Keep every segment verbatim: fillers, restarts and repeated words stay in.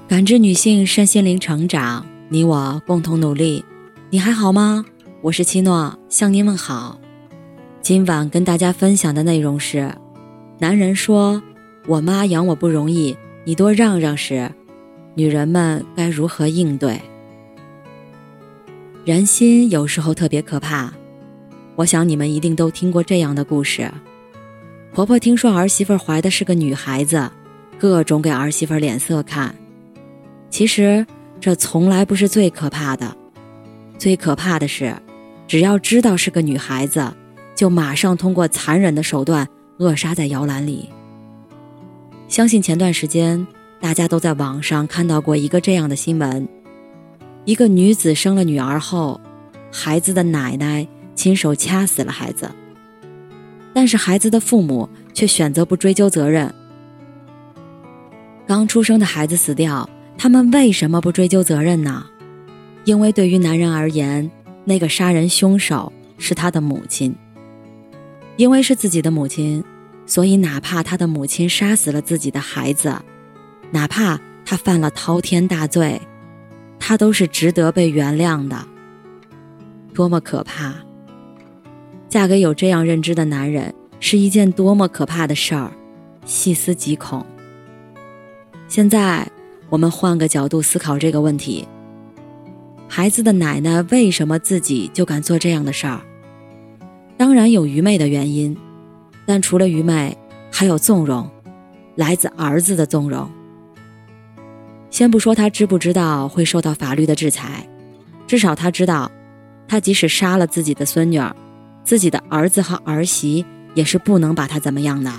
感知女性身心灵成长，你我共同努力。你还好吗？我是七诺，向您问好。今晚跟大家分享的内容是，男人说我妈养我不容易，你多让让时，女人们该如何应对？人心有时候特别可怕，我想你们一定都听过这样的故事。婆婆听说儿媳妇怀的是个女孩子，各种给儿媳妇脸色看。其实这从来不是最可怕的，最可怕的是，只要知道是个女孩子，就马上通过残忍的手段扼杀在摇篮里。相信前段时间大家都在网上看到过一个这样的新闻，一个女子生了女儿后，孩子的奶奶亲手掐死了孩子，但是孩子的父母却选择不追究责任。刚出生的孩子死掉，他们为什么不追究责任呢？因为对于男人而言，那个杀人凶手是他的母亲。因为是自己的母亲，所以哪怕他的母亲杀死了自己的孩子，哪怕他犯了滔天大罪，他都是值得被原谅的。多么可怕！嫁给有这样认知的男人是一件多么可怕的事儿，细思极恐。现在我们换个角度思考这个问题，孩子的奶奶为什么自己就敢做这样的事儿？当然有愚昧的原因，但除了愚昧，还有纵容，来自儿子的纵容。先不说他知不知道会受到法律的制裁，至少他知道，他即使杀了自己的孙女儿，自己的儿子和儿媳也是不能把他怎么样的。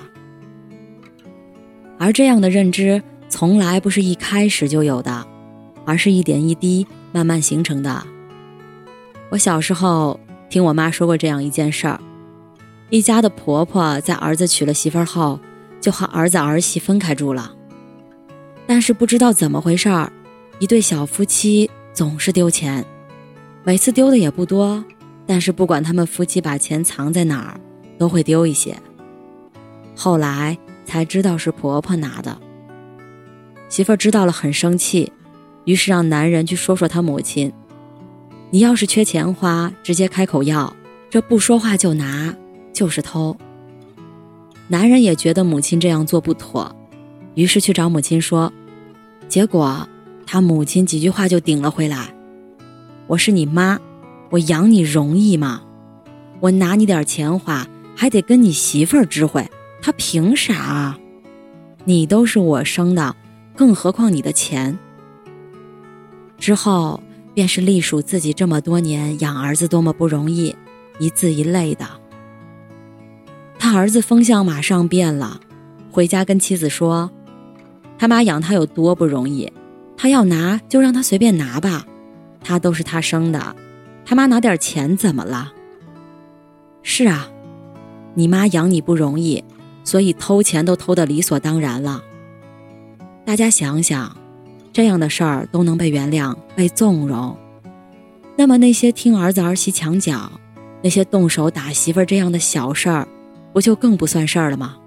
而这样的认知从来不是一开始就有的，而是一点一滴慢慢形成的。我小时候听我妈说过这样一件事儿，一家的婆婆在儿子娶了媳妇后，就和儿子儿媳分开住了。但是不知道怎么回事儿，一对小夫妻总是丢钱，每次丢的也不多，但是不管他们夫妻把钱藏在哪儿，都会丢一些。后来才知道是婆婆拿的。媳妇儿知道了很生气，于是让男人去说说他母亲，你要是缺钱花，直接开口要，这不说话就拿，就是偷。男人也觉得母亲这样做不妥，于是去找母亲说，结果他母亲几句话就顶了回来，我是你妈，我养你容易吗？我拿你点钱花，还得跟你媳妇儿知会，他凭啥啊？你都是我生的，更何况你的钱。之后便是隶属自己这么多年养儿子多么不容易，一字一泪的。他儿子风向马上变了，回家跟妻子说，他妈养他有多不容易，他要拿就让他随便拿吧，他都是他生的，他妈拿点钱怎么了？是啊，你妈养你不容易，所以偷钱都偷得理所当然了。大家想想，这样的事儿都能被原谅，被纵容，那么那些听儿子儿媳墙角，那些动手打媳妇儿这样的小事儿，不就更不算事儿了吗？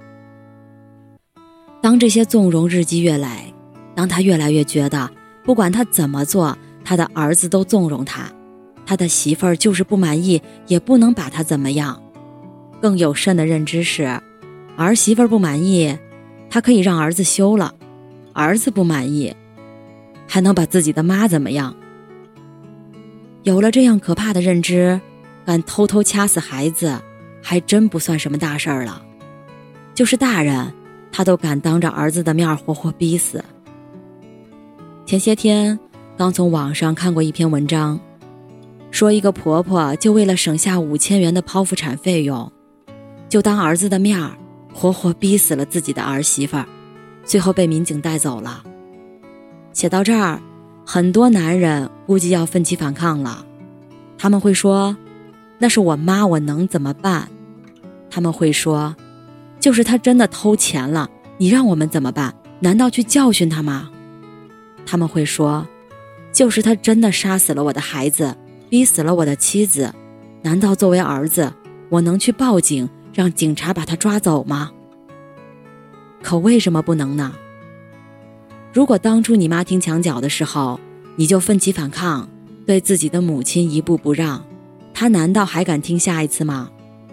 当这些纵容日积月累，当他越来越觉得不管他怎么做，他的儿子都纵容他，他的媳妇儿就是不满意也不能把他怎么样。更有甚的认知是，儿媳妇儿不满意，他可以让儿子休了，儿子不满意，还能把自己的妈怎么样？有了这样可怕的认知，敢偷偷掐死孩子，还真不算什么大事儿了。就是大人，他都敢当着儿子的面活活逼死。前些天刚从网上看过一篇文章，说一个婆婆就为了省下五千元的剖腹产费用，就当儿子的面活活逼死了自己的儿媳妇儿，最后被民警带走了。写到这儿，很多男人估计要奋起反抗了。他们会说，那是我妈，我能怎么办？他们会说，就是他真的偷钱了，你让我们怎么办？难道去教训他吗？他们会说，就是他真的杀死了我的孩子，逼死了我的妻子，难道作为儿子，我能去报警，让警察把他抓走吗？可为什么不能呢？ 如果当初你妈听墙角的时候，你就奋起反抗，对自己的母亲一步不让，她难道还敢听下一次吗？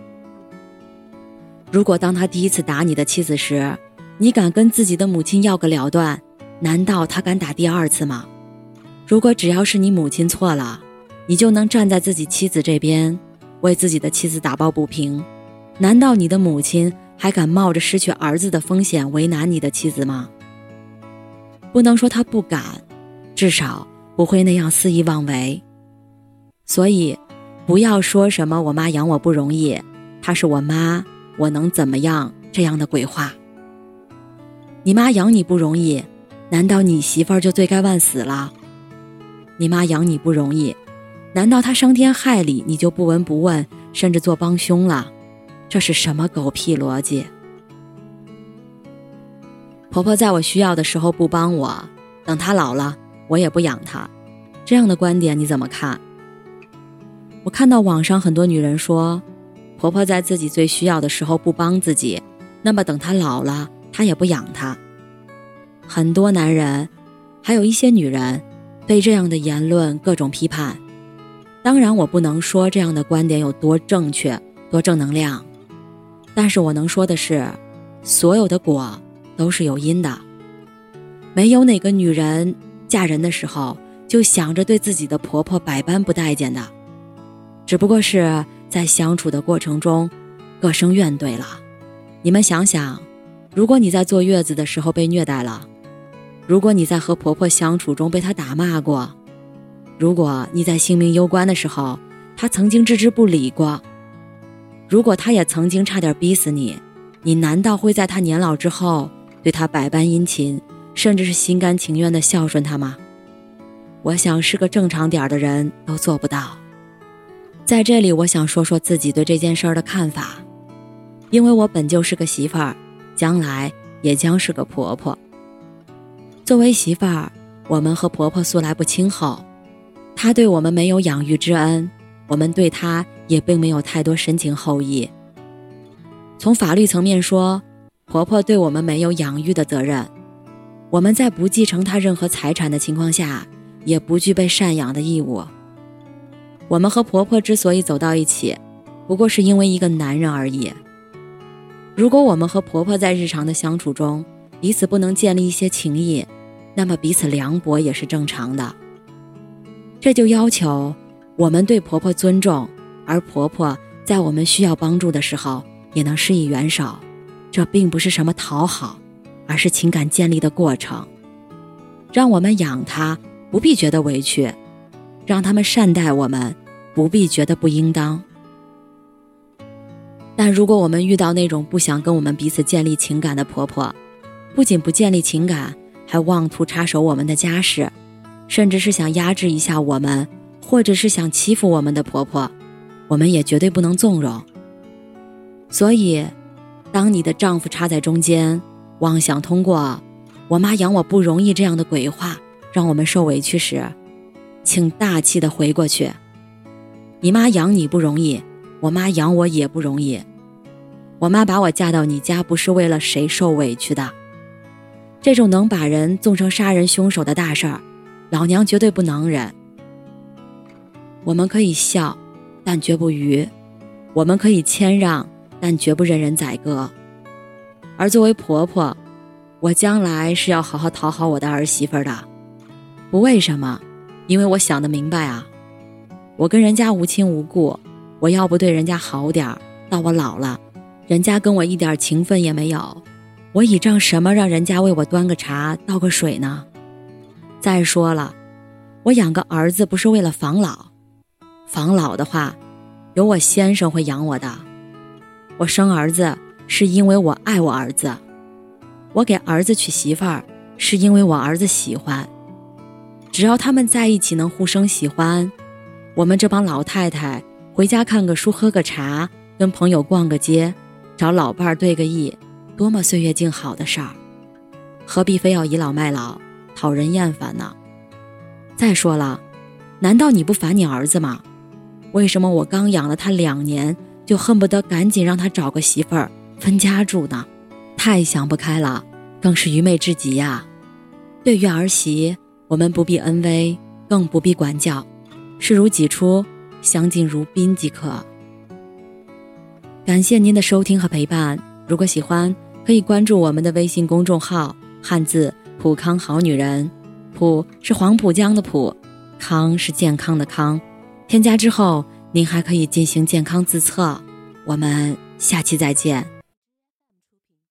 如果当她第一次打你的妻子时，你敢跟自己的母亲要个了断，难道她敢打第二次吗？如果只要是你母亲错了，你就能站在自己妻子这边，为自己的妻子打抱不平，难道你的母亲还敢冒着失去儿子的风险为难你的妻子吗？不能说她不敢，至少不会那样肆意妄为。所以不要说什么我妈养我不容易，她是我妈，我能怎么样这样的鬼话。你妈养你不容易，难道你媳妇儿就罪该万死了？你妈养你不容易，难道她伤天害理你就不闻不问，甚至做帮凶了？这是什么狗屁逻辑？婆婆在我需要的时候不帮我，等她老了我也不养她，这样的观点你怎么看？我看到网上很多女人说，婆婆在自己最需要的时候不帮自己，那么等她老了她也不养她。很多男人还有一些女人对这样的言论各种批判，当然我不能说这样的观点有多正确多正能量，但是我能说的是，所有的果都是有因的。没有哪个女人嫁人的时候就想着对自己的婆婆百般不待见的，只不过是在相处的过程中各生怨怼了。你们想想，如果你在坐月子的时候被虐待了，如果你在和婆婆相处中被她打骂过，如果你在性命攸关的时候她曾经置之不理过，如果她也曾经差点逼死你，你难道会在她年老之后对她百般殷勤，甚至是心甘情愿地孝顺她吗？我想是个正常点的人都做不到。在这里我想说说自己对这件事儿的看法，因为我本就是个媳妇儿，将来也将是个婆婆。作为媳妇儿，我们和婆婆素来不亲厚，她对我们没有养育之恩，我们对她也并没有太多深情厚谊。从法律层面说，婆婆对我们没有养育的责任，我们在不继承她任何财产的情况下，也不具备赡养的义务。我们和婆婆之所以走到一起，不过是因为一个男人而已。如果我们和婆婆在日常的相处中彼此不能建立一些情谊，那么彼此凉薄也是正常的。这就要求我们对婆婆尊重，而婆婆在我们需要帮助的时候也能施以援手。这并不是什么讨好，而是情感建立的过程。让我们养她，不必觉得委屈；让他们善待我们，不必觉得不应当。但如果我们遇到那种不想跟我们彼此建立情感的婆婆，不仅不建立情感，还妄图插手我们的家事，甚至是想压制一下我们，或者是想欺负我们的婆婆，我们也绝对不能纵容。所以当你的丈夫插在中间，妄想通过我妈养我不容易这样的鬼话让我们受委屈时，请大气地回过去，你妈养你不容易，我妈养我也不容易。我妈把我嫁到你家不是为了谁受委屈的，这种能把人纵成杀人凶手的大事儿，老娘绝对不能忍。我们可以笑，但绝不愚；我们可以谦让，但绝不任人宰割。而作为婆婆，我将来是要好好讨好我的儿媳妇的。不为什么，因为我想得明白啊，我跟人家无亲无故，我要不对人家好点，到我老了人家跟我一点情分也没有，我倚仗什么让人家为我端个茶倒个水呢？再说了，我养个儿子不是为了防老，防老的话有我先生会养我的。我生儿子是因为我爱我儿子，我给儿子娶媳妇儿是因为我儿子喜欢。只要他们在一起能互生喜欢，我们这帮老太太回家看个书喝个茶，跟朋友逛个街，找老伴儿对个意，多么岁月静好的事儿，何必非要倚老卖老讨人厌烦呢？再说了，难道你不烦你儿子吗？为什么我刚养了他两年就恨不得赶紧让他找个媳妇儿分家住呢？太想不开了，更是愚昧至极呀！ 对于儿媳，我们不必恩威，更不必管教，视如己出，相敬如宾即可。感谢您的收听和陪伴，如果喜欢，可以关注我们的微信公众号汉字普康好女人，普是黄浦江的浦，康是健康的康。添加之后，您还可以进行健康自测。我们下期再见。